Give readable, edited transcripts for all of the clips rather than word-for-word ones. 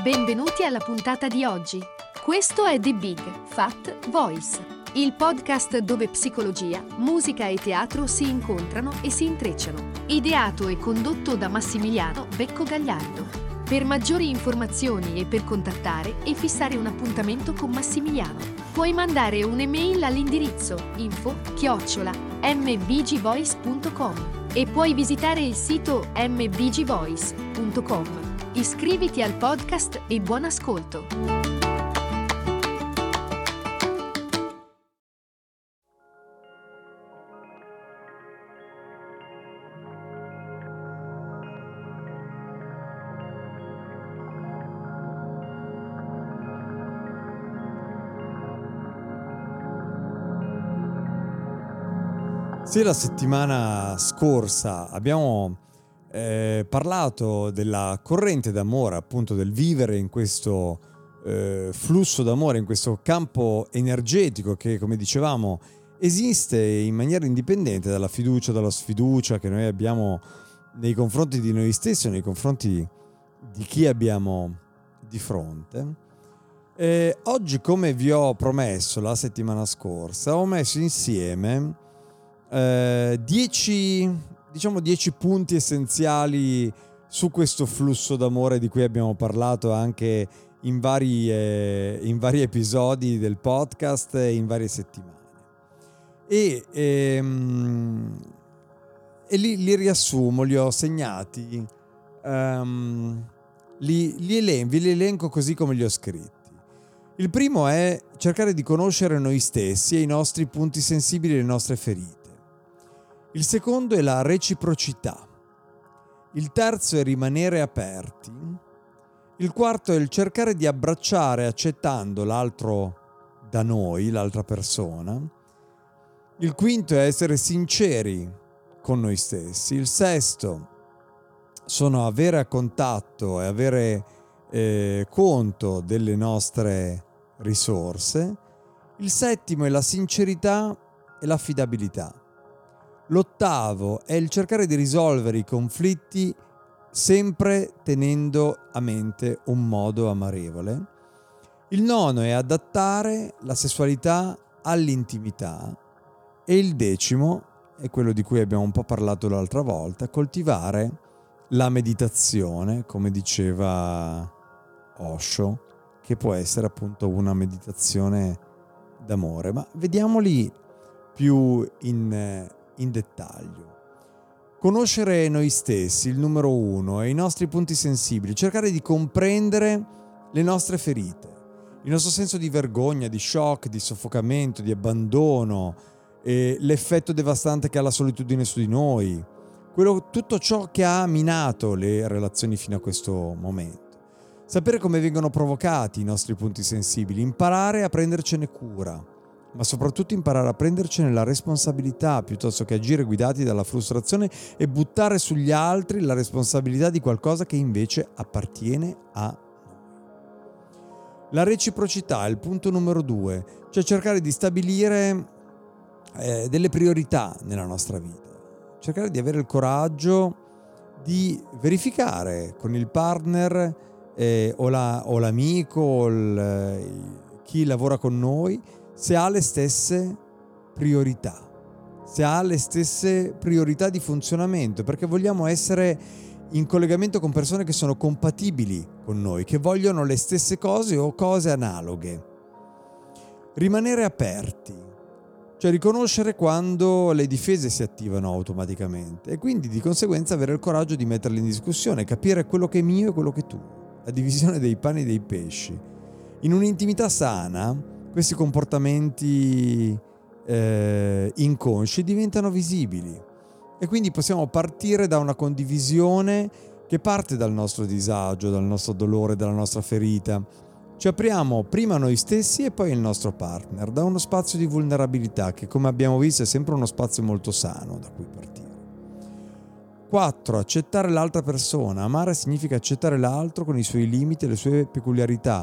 Benvenuti alla puntata di oggi. Questo è The Big Fat Voice, il podcast dove psicologia, musica e teatro si incontrano e si intrecciano. Ideato e condotto da Massimiliano Becco Gagliardo. Per maggiori informazioni e per contattare e fissare un appuntamento con Massimiliano, puoi mandare un'email all'indirizzo info@mbgvoice.com e puoi visitare il sito mbgvoice.com. Iscriviti al podcast e buon ascolto! Sì, la settimana scorsa abbiamo parlato della corrente d'amore, appunto del vivere in questo flusso d'amore, in questo campo energetico che, come dicevamo, esiste in maniera indipendente dalla fiducia, dalla sfiducia che noi abbiamo nei confronti di noi stessi o nei confronti di chi abbiamo di fronte. Oggi, come vi ho promesso la settimana scorsa, ho messo insieme 10 punti essenziali su questo flusso d'amore di cui abbiamo parlato anche in vari episodi del podcast e in varie settimane. E li riassumo, li ho segnati, vi li elenco così come li ho scritti. Il primo è cercare di conoscere noi stessi e i nostri punti sensibili e le nostre ferite. Il secondo è la reciprocità. Il terzo è rimanere aperti. Il quarto è il cercare di abbracciare accettando l'altro da noi, l'altra persona. Il quinto è essere sinceri con noi stessi. Il sesto sono avere a contatto e avere conto delle nostre risorse. Il settimo è la sincerità e l'affidabilità. L'ottavo è il cercare di risolvere i conflitti sempre tenendo a mente un modo amarevole. Il nono è adattare la sessualità all'intimità. E il decimo è quello di cui abbiamo un po' parlato l'altra volta, coltivare la meditazione, come diceva Osho, che può essere appunto una meditazione d'amore. Ma vediamoli più in dettaglio. Conoscere noi stessi, il numero uno, e i nostri punti sensibili, cercare di comprendere le nostre ferite, il nostro senso di vergogna, di shock, di soffocamento, di abbandono, e l'effetto devastante che ha la solitudine su di noi, tutto ciò che ha minato le relazioni fino a questo momento. Sapere come vengono provocati i nostri punti sensibili, imparare a prendercene cura, ma soprattutto imparare a prendercene la responsabilità piuttosto che agire guidati dalla frustrazione e buttare sugli altri la responsabilità di qualcosa che invece appartiene a noi. La reciprocità è il punto numero 2, cioè cercare di stabilire delle priorità nella nostra vita, cercare di avere il coraggio di verificare con il partner o l'amico o chi lavora con noi se ha le stesse priorità, di funzionamento, perché vogliamo essere in collegamento con persone che sono compatibili con noi, che vogliono le stesse cose o cose analoghe. Rimanere aperti, cioè riconoscere quando le difese si attivano automaticamente e quindi di conseguenza avere il coraggio di metterle in discussione, capire quello che è mio e quello che è tuo, la divisione dei pani e dei pesci. In un'intimità sana questi comportamenti inconsci diventano visibili e quindi possiamo partire da una condivisione che parte dal nostro disagio, dal nostro dolore, dalla nostra ferita. Ci apriamo prima noi stessi e poi il nostro partner, da uno spazio di vulnerabilità che, come abbiamo visto, è sempre uno spazio molto sano da cui partire. 4. Accettare l'altra persona. Amare significa accettare l'altro con i suoi limiti e le sue peculiarità,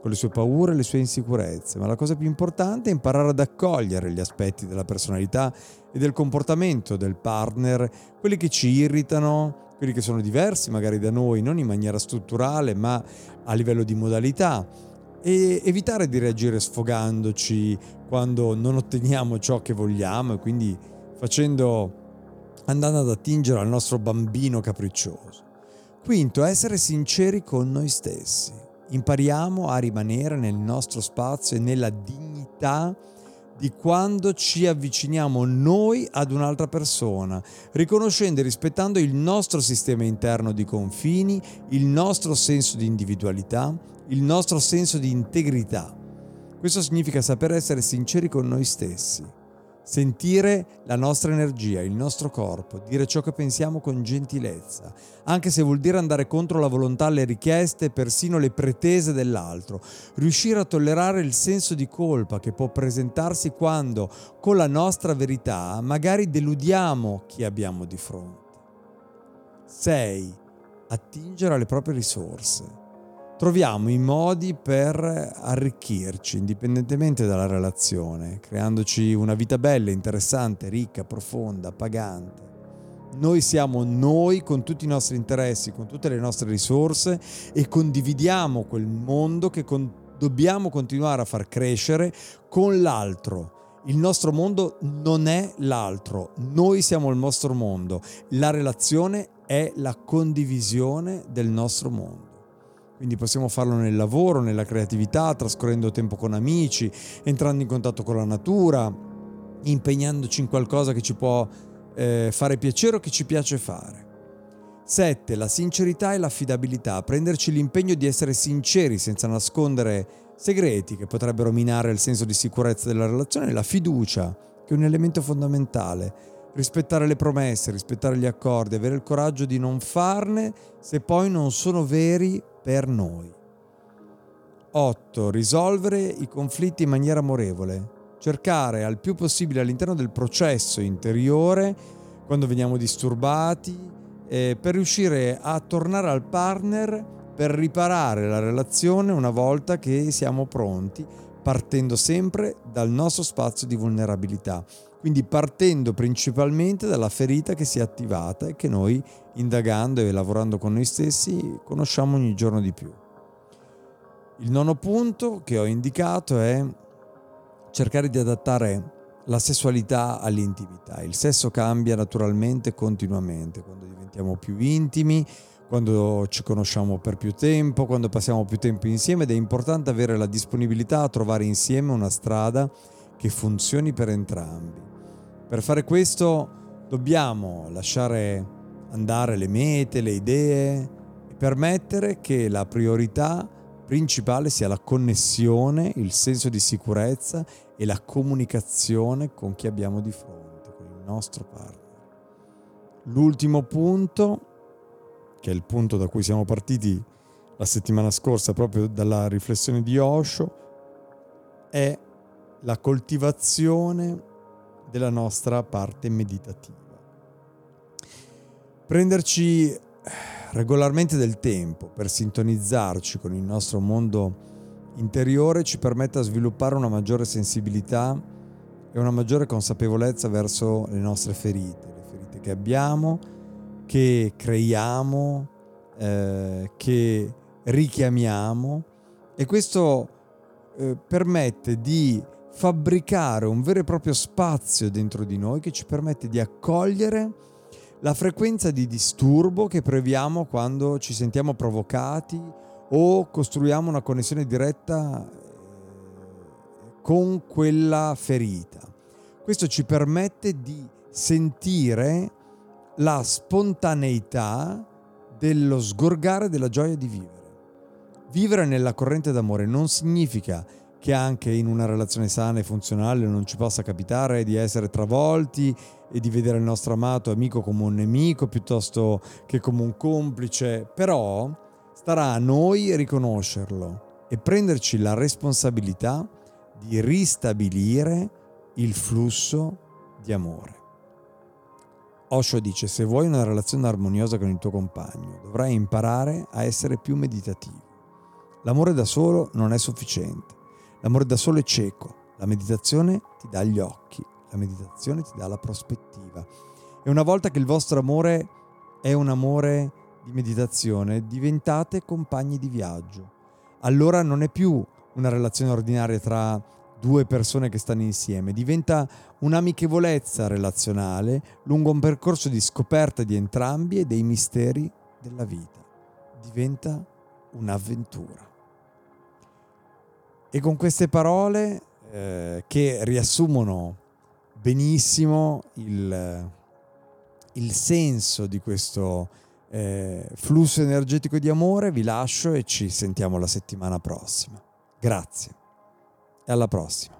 con le sue paure e le sue insicurezze, ma la cosa più importante è imparare ad accogliere gli aspetti della personalità e del comportamento del partner, quelli che ci irritano, quelli che sono diversi magari da noi, non in maniera strutturale, ma a livello di modalità, e evitare di reagire sfogandoci quando non otteniamo ciò che vogliamo e quindi andando ad attingere al nostro bambino capriccioso. Quinto, essere sinceri con noi stessi. Impariamo a rimanere nel nostro spazio e nella dignità di quando ci avviciniamo noi ad un'altra persona, riconoscendo e rispettando il nostro sistema interno di confini, il nostro senso di individualità, il nostro senso di integrità. Questo significa saper essere sinceri con noi stessi, sentire la nostra energia, il nostro corpo, dire ciò che pensiamo con gentilezza, anche se vuol dire andare contro la volontà, le richieste e persino le pretese dell'altro, riuscire a tollerare il senso di colpa che può presentarsi quando, con la nostra verità, magari deludiamo chi abbiamo di fronte. 6. Attingere alle proprie risorse. Troviamo i modi per arricchirci indipendentemente dalla relazione, creandoci una vita bella, interessante, ricca, profonda, pagante. Noi siamo noi con tutti i nostri interessi, con tutte le nostre risorse e condividiamo quel mondo che dobbiamo continuare a far crescere con l'altro. Il nostro mondo non è l'altro, noi siamo il nostro mondo. La relazione è la condivisione del nostro mondo. Quindi possiamo farlo nel lavoro, nella creatività, trascorrendo tempo con amici, entrando in contatto con la natura, impegnandoci in qualcosa che ci può fare piacere o che ci piace fare. 7. La sincerità e l'affidabilità. Prenderci l'impegno di essere sinceri senza nascondere segreti che potrebbero minare il senso di sicurezza della relazione. La fiducia, che è un elemento fondamentale. Rispettare le promesse, rispettare gli accordi, avere il coraggio di non farne se poi non sono veri per noi. 8. Risolvere i conflitti in maniera amorevole. Cercare al più possibile all'interno del processo interiore, quando veniamo disturbati, per riuscire a tornare al partner per riparare la relazione una volta che siamo pronti, partendo sempre dal nostro spazio di vulnerabilità. Quindi partendo principalmente dalla ferita che si è attivata e che noi, indagando e lavorando con noi stessi, conosciamo ogni giorno di più. Il 9° punto che ho indicato è cercare di adattare la sessualità all'intimità. Il sesso cambia naturalmente continuamente, quando diventiamo più intimi, quando ci conosciamo per più tempo, quando passiamo più tempo insieme, ed è importante avere la disponibilità a trovare insieme una strada che funzioni per entrambi. Per fare questo dobbiamo lasciare andare le mete, le idee e permettere che la priorità principale sia la connessione, il senso di sicurezza e la comunicazione con chi abbiamo di fronte, con il nostro partner. L'ultimo punto, che è il punto da cui siamo partiti la settimana scorsa proprio dalla riflessione di Osho, è la coltivazione della nostra parte meditativa. Prenderci regolarmente del tempo per sintonizzarci con il nostro mondo interiore ci permette di sviluppare una maggiore sensibilità e una maggiore consapevolezza verso le nostre ferite, le ferite che abbiamo, che creiamo, che richiamiamo, e questo permette di fabbricare un vero e proprio spazio dentro di noi che ci permette di accogliere la frequenza di disturbo che proviamo quando ci sentiamo provocati o costruiamo una connessione diretta con quella ferita. Questo ci permette di sentire la spontaneità dello sgorgare della gioia di vivere. Vivere nella corrente d'amore non significa che anche in una relazione sana e funzionale non ci possa capitare di essere travolti e di vedere il nostro amato amico come un nemico piuttosto che come un complice, però starà a noi riconoscerlo e prenderci la responsabilità di ristabilire il flusso di amore. Osho dice: se vuoi una relazione armoniosa con il tuo compagno, dovrai imparare a essere più meditativo. L'amore da solo non è sufficiente. L'amore da solo è cieco. La meditazione ti dà gli occhi. La meditazione ti dà la prospettiva. E una volta che il vostro amore è un amore di meditazione, diventate compagni di viaggio. Allora non è più una relazione ordinaria tra due persone che stanno insieme, diventa un'amichevolezza relazionale lungo un percorso di scoperta di entrambi e dei misteri della vita. Diventa un'avventura. E con queste parole che riassumono benissimo il senso di questo flusso energetico di amore, vi lascio e ci sentiamo la settimana prossima. Grazie e alla prossima.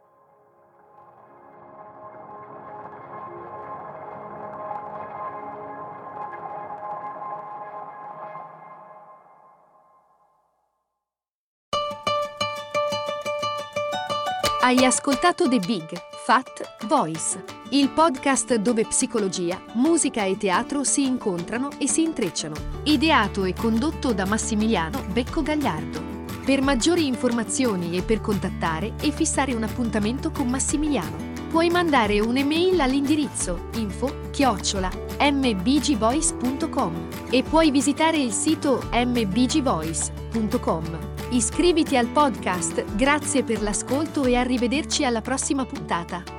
Hai ascoltato The Big Fat Voice, il podcast dove psicologia, musica e teatro si incontrano e si intrecciano. Ideato e condotto da Massimiliano Becco Gagliardo. Per maggiori informazioni e per contattare e fissare un appuntamento con Massimiliano, puoi mandare un'email all'indirizzo info@mbgvoice.com e puoi visitare il sito mbgvoice.com. Iscriviti al podcast, grazie per l'ascolto e arrivederci alla prossima puntata.